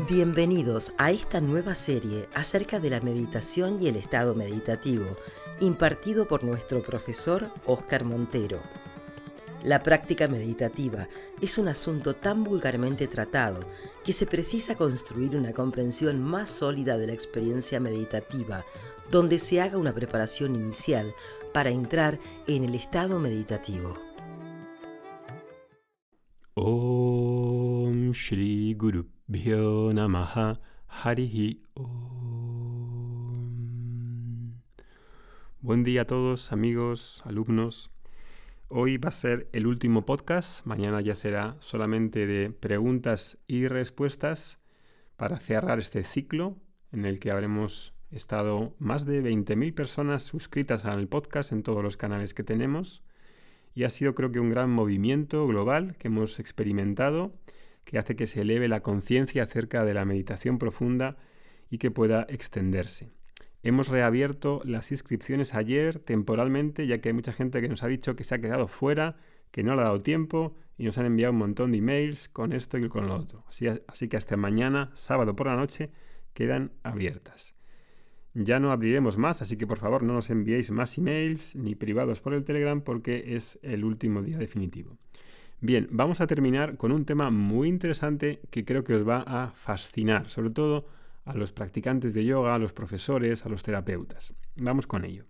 Bienvenidos a esta nueva serie acerca de la meditación y el estado meditativo, impartido por nuestro profesor Óscar Montero. La práctica meditativa es un asunto tan vulgarmente tratado que se precisa construir una comprensión más sólida de la experiencia meditativa, donde se haga una preparación inicial para entrar en el estado meditativo. Om Shri Gurubhyo Namaha Harihi Om. Buen día a todos, amigos, alumnos. Hoy va a ser el último podcast. Mañana ya será solamente de preguntas y respuestas para cerrar este ciclo en el que habremos estado más de 20.000 personas suscritas al podcast en todos los canales que tenemos. Y ha sido, creo que, un gran movimiento global que hemos experimentado, que hace que se eleve la conciencia acerca de la meditación profunda y que pueda extenderse. Hemos reabierto las inscripciones ayer temporalmente, ya que hay mucha gente que nos ha dicho que se ha quedado fuera, que no le ha dado tiempo y nos han enviado un montón de emails con esto y con lo otro. Así que hasta mañana, sábado por la noche, quedan abiertas. Ya no abriremos más, así que por favor no nos enviéis más emails ni privados por el Telegram porque es el último día definitivo. Bien, vamos a terminar con un tema muy interesante que creo que os va a fascinar, sobre todo a los practicantes de yoga, a los profesores, a los terapeutas. Vamos con ello.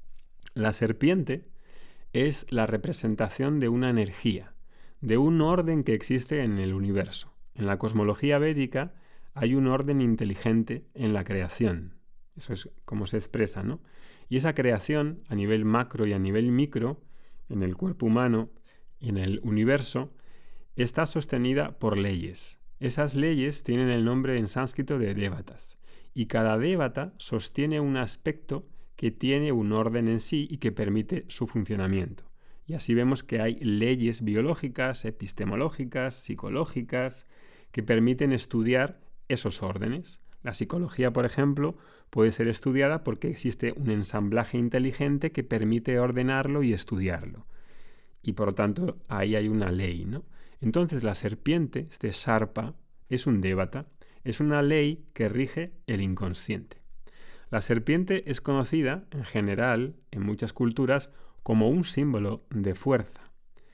La serpiente es la representación de una energía, de un orden que existe en el universo. En la cosmología védica hay un orden inteligente en la creación. Eso es como se expresa, ¿no? Y esa creación a nivel macro y a nivel micro, en el cuerpo humano y en el universo, está sostenida por leyes. Esas leyes tienen el nombre en sánscrito de devatas. Y cada devata sostiene un aspecto que tiene un orden en sí y que permite su funcionamiento. Y así vemos que hay leyes biológicas, epistemológicas, psicológicas, que permiten estudiar esos órdenes. La psicología, por ejemplo, puede ser estudiada porque existe un ensamblaje inteligente que permite ordenarlo y estudiarlo. Y por lo tanto, ahí hay una ley, ¿no? Entonces, la serpiente, este sarpa, es un devata, es una ley que rige el inconsciente. La serpiente es conocida, en general, en muchas culturas, como un símbolo de fuerza.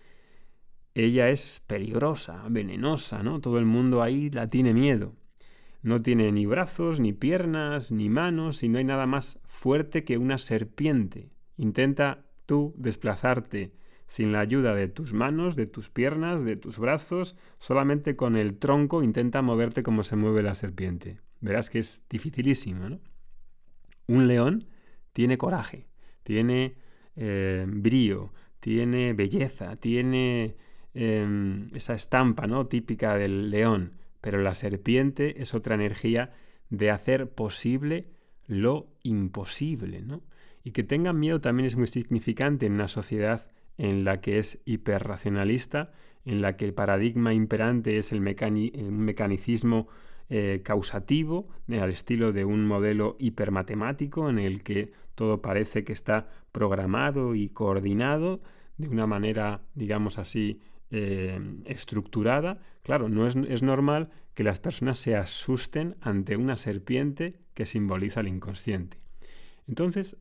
Ella es peligrosa, venenosa, ¿no? Todo el mundo ahí la tiene miedo. No tiene ni brazos, ni piernas, ni manos, y no hay nada más fuerte que una serpiente. Intenta tú desplazarte sin la ayuda de tus manos, de tus piernas, de tus brazos, solamente con el tronco intenta moverte como se mueve la serpiente. Verás que es dificilísimo, ¿no? Un león tiene coraje, tiene brío, tiene belleza, tiene esa estampa, ¿no?, típica del león. Pero la serpiente es otra energía de hacer posible lo imposible, ¿no? Y que tengan miedo también es muy significante en una sociedad en la que es hiperracionalista, en la que el paradigma imperante es el mecanicismo causativo, al estilo de un modelo hipermatemático en el que todo parece que está programado y coordinado de una manera, digamos así, estructurada. Claro, no es normal que las personas se asusten ante una serpiente que simboliza el inconsciente. Entonces,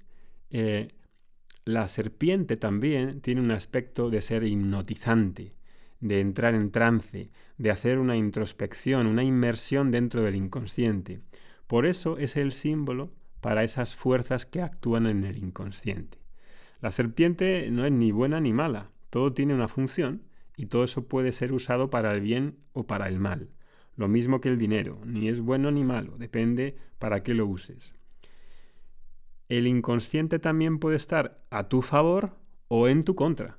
la serpiente también tiene un aspecto de ser hipnotizante, de entrar en trance, de hacer una introspección, una inmersión dentro del inconsciente. Por eso es el símbolo para esas fuerzas que actúan en el inconsciente. La serpiente no es ni buena ni mala, todo tiene una función. Y todo eso puede ser usado para el bien o para el mal. Lo mismo que el dinero, ni es bueno ni malo, depende para qué lo uses. El inconsciente también puede estar a tu favor o en tu contra.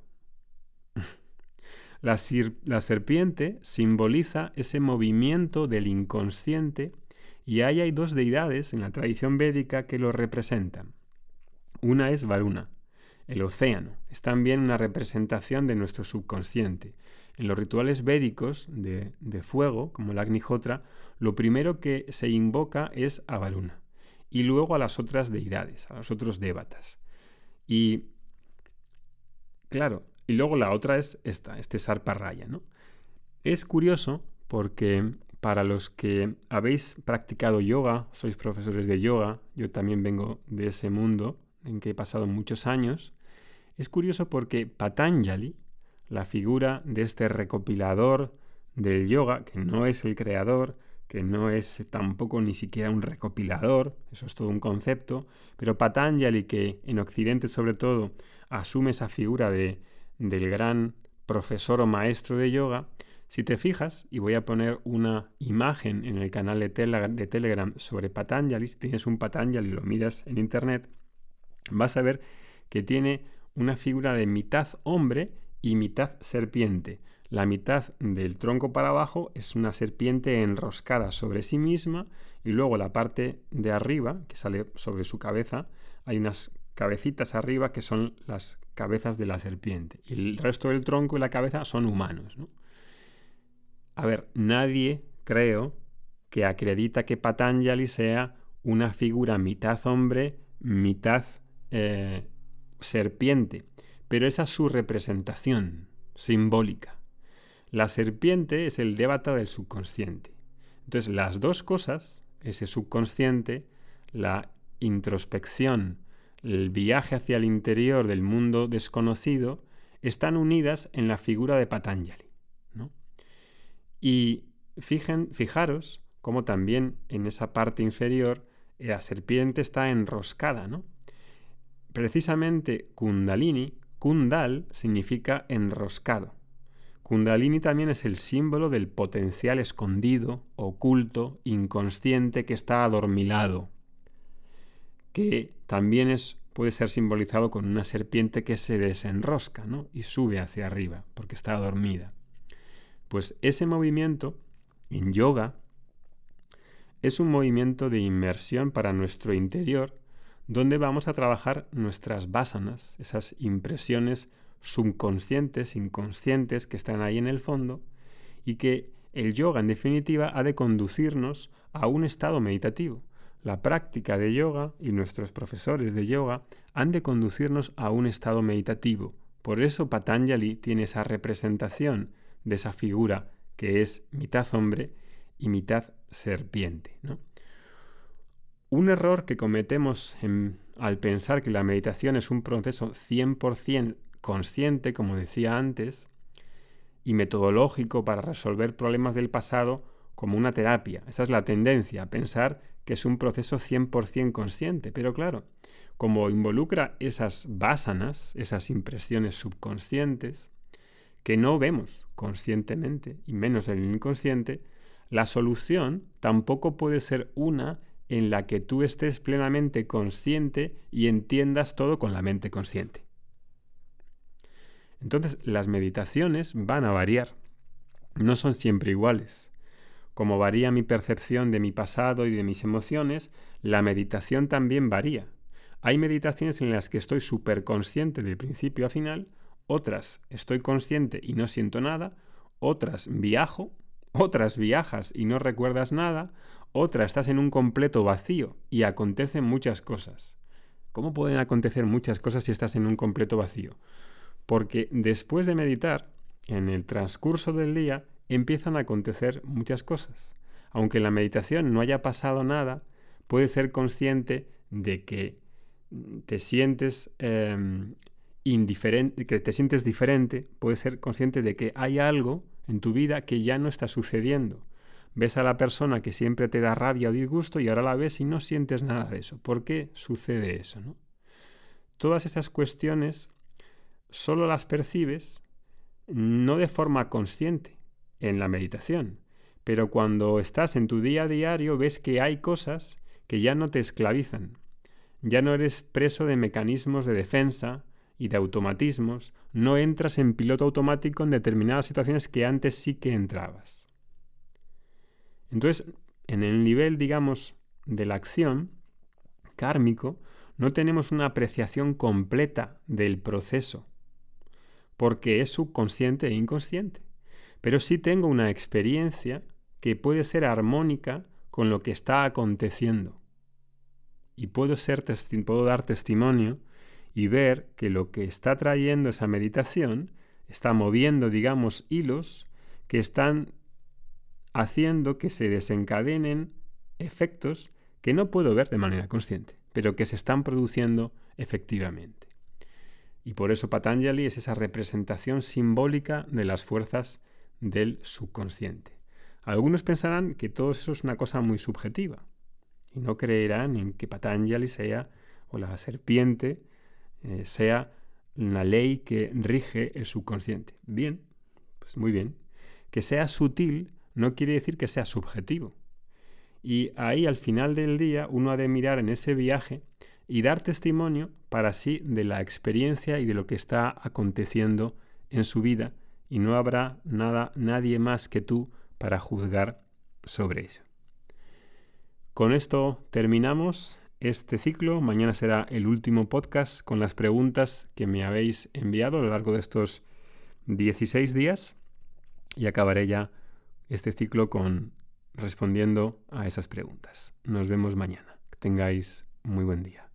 La serpiente simboliza ese movimiento del inconsciente y ahí hay dos deidades en la tradición védica que lo representan. Una es Varuna. El océano es también una representación de nuestro subconsciente. En los rituales védicos de fuego, como el Agnihotra, lo primero que se invoca es a Varuna y luego a las otras deidades, a los otros devatas. Y claro, y luego la otra es este Sarpa Raya, ¿no? Es curioso porque para los que habéis practicado yoga, sois profesores de yoga, yo también vengo de ese mundo en que he pasado muchos años, es curioso porque Patanjali, la figura de este recopilador del yoga, que no es el creador, que no es tampoco ni siquiera un recopilador, eso es todo un concepto, pero Patanjali, que en Occidente sobre todo asume esa figura del gran profesor o maestro de yoga, si te fijas, y voy a poner una imagen en el canal de Telegram sobre Patanjali, si tienes un Patanjali y lo miras en internet, vas a ver que tiene una figura de mitad hombre y mitad serpiente. La mitad del tronco para abajo es una serpiente enroscada sobre sí misma y luego la parte de arriba, que sale sobre su cabeza, hay unas cabecitas arriba que son las cabezas de la serpiente. Y el resto del tronco y la cabeza son humanos, ¿no? A ver, nadie, creo, que acredita que Patanjali sea una figura mitad hombre, mitad serpiente, pero esa es su representación simbólica. La serpiente es el débata del subconsciente. Entonces, las dos cosas, ese subconsciente, la introspección, el viaje hacia el interior del mundo desconocido, están unidas en la figura de Patanjali, ¿no? Y fijaros cómo también en esa parte inferior la serpiente está enroscada, ¿no? Precisamente Kundalini, Kundal significa enroscado. Kundalini también es el símbolo del potencial escondido, oculto, inconsciente que está adormilado, que también puede ser simbolizado con una serpiente que se desenrosca, ¿no? Y sube hacia arriba porque está dormida. Pues ese movimiento en yoga es un movimiento de inmersión para nuestro interior, donde vamos a trabajar nuestras vasanas, esas impresiones subconscientes, inconscientes que están ahí en el fondo, y que el yoga, en definitiva, ha de conducirnos a un estado meditativo. La práctica de yoga y nuestros profesores de yoga han de conducirnos a un estado meditativo. Por eso Patanjali tiene esa representación de esa figura que es mitad hombre y mitad serpiente, ¿no? Un error que cometemos al pensar que la meditación es un proceso 100% consciente, como decía antes, y metodológico para resolver problemas del pasado como una terapia. Esa es la tendencia, a pensar que es un proceso 100% consciente. Pero claro, como involucra esas vasanas, esas impresiones subconscientes, que no vemos conscientemente, y menos en el inconsciente, la solución tampoco puede ser una en la que tú estés plenamente consciente y entiendas todo con la mente consciente. Entonces, las meditaciones van a variar, no son siempre iguales. Como varía mi percepción de mi pasado y de mis emociones, la meditación también varía. Hay meditaciones en las que estoy súper consciente de principio a final, otras estoy consciente y no siento nada, otras viajo, otras viajas y no recuerdas nada, otras estás en un completo vacío y acontecen muchas cosas. ¿Cómo pueden acontecer muchas cosas si estás en un completo vacío? Porque después de meditar, en el transcurso del día, empiezan a acontecer muchas cosas. Aunque en la meditación no haya pasado nada, puedes ser consciente de que te sientes indiferente, que te sientes diferente, puedes ser consciente de que hay algo en tu vida que ya no está sucediendo. Ves a la persona que siempre te da rabia o disgusto y ahora la ves y no sientes nada de eso. ¿Por qué sucede eso, no? Todas estas cuestiones solo las percibes no de forma consciente en la meditación, pero cuando estás en tu día a diario ves que hay cosas que ya no te esclavizan. Ya no eres preso de mecanismos de defensa y de automatismos, no entras en piloto automático en determinadas situaciones que antes sí que entrabas. Entonces, en el nivel, digamos, de la acción kármico, no tenemos una apreciación completa del proceso, porque es subconsciente e inconsciente. Pero sí tengo una experiencia que puede ser armónica con lo que está aconteciendo. Y puedo dar testimonio y ver que lo que está trayendo esa meditación está moviendo, digamos, hilos que están haciendo que se desencadenen efectos que no puedo ver de manera consciente, pero que se están produciendo efectivamente. Y por eso Patanjali es esa representación simbólica de las fuerzas del subconsciente. Algunos pensarán que todo eso es una cosa muy subjetiva y no creerán en que Patanjali sea, o la serpiente, sea una ley que rige el subconsciente. Bien, pues muy bien. Que sea sutil no quiere decir que sea subjetivo. Y ahí al final del día uno ha de mirar en ese viaje y dar testimonio para sí de la experiencia y de lo que está aconteciendo en su vida, y no habrá nadie más que tú para juzgar sobre ello. Con esto terminamos este ciclo. Mañana será el último podcast con las preguntas que me habéis enviado a lo largo de estos 16 días y acabaré ya este ciclo respondiendo a esas preguntas. Nos vemos mañana. Que tengáis muy buen día.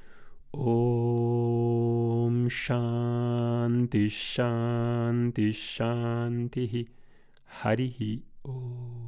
Om Shanti Shanti Shanti Harihi Om.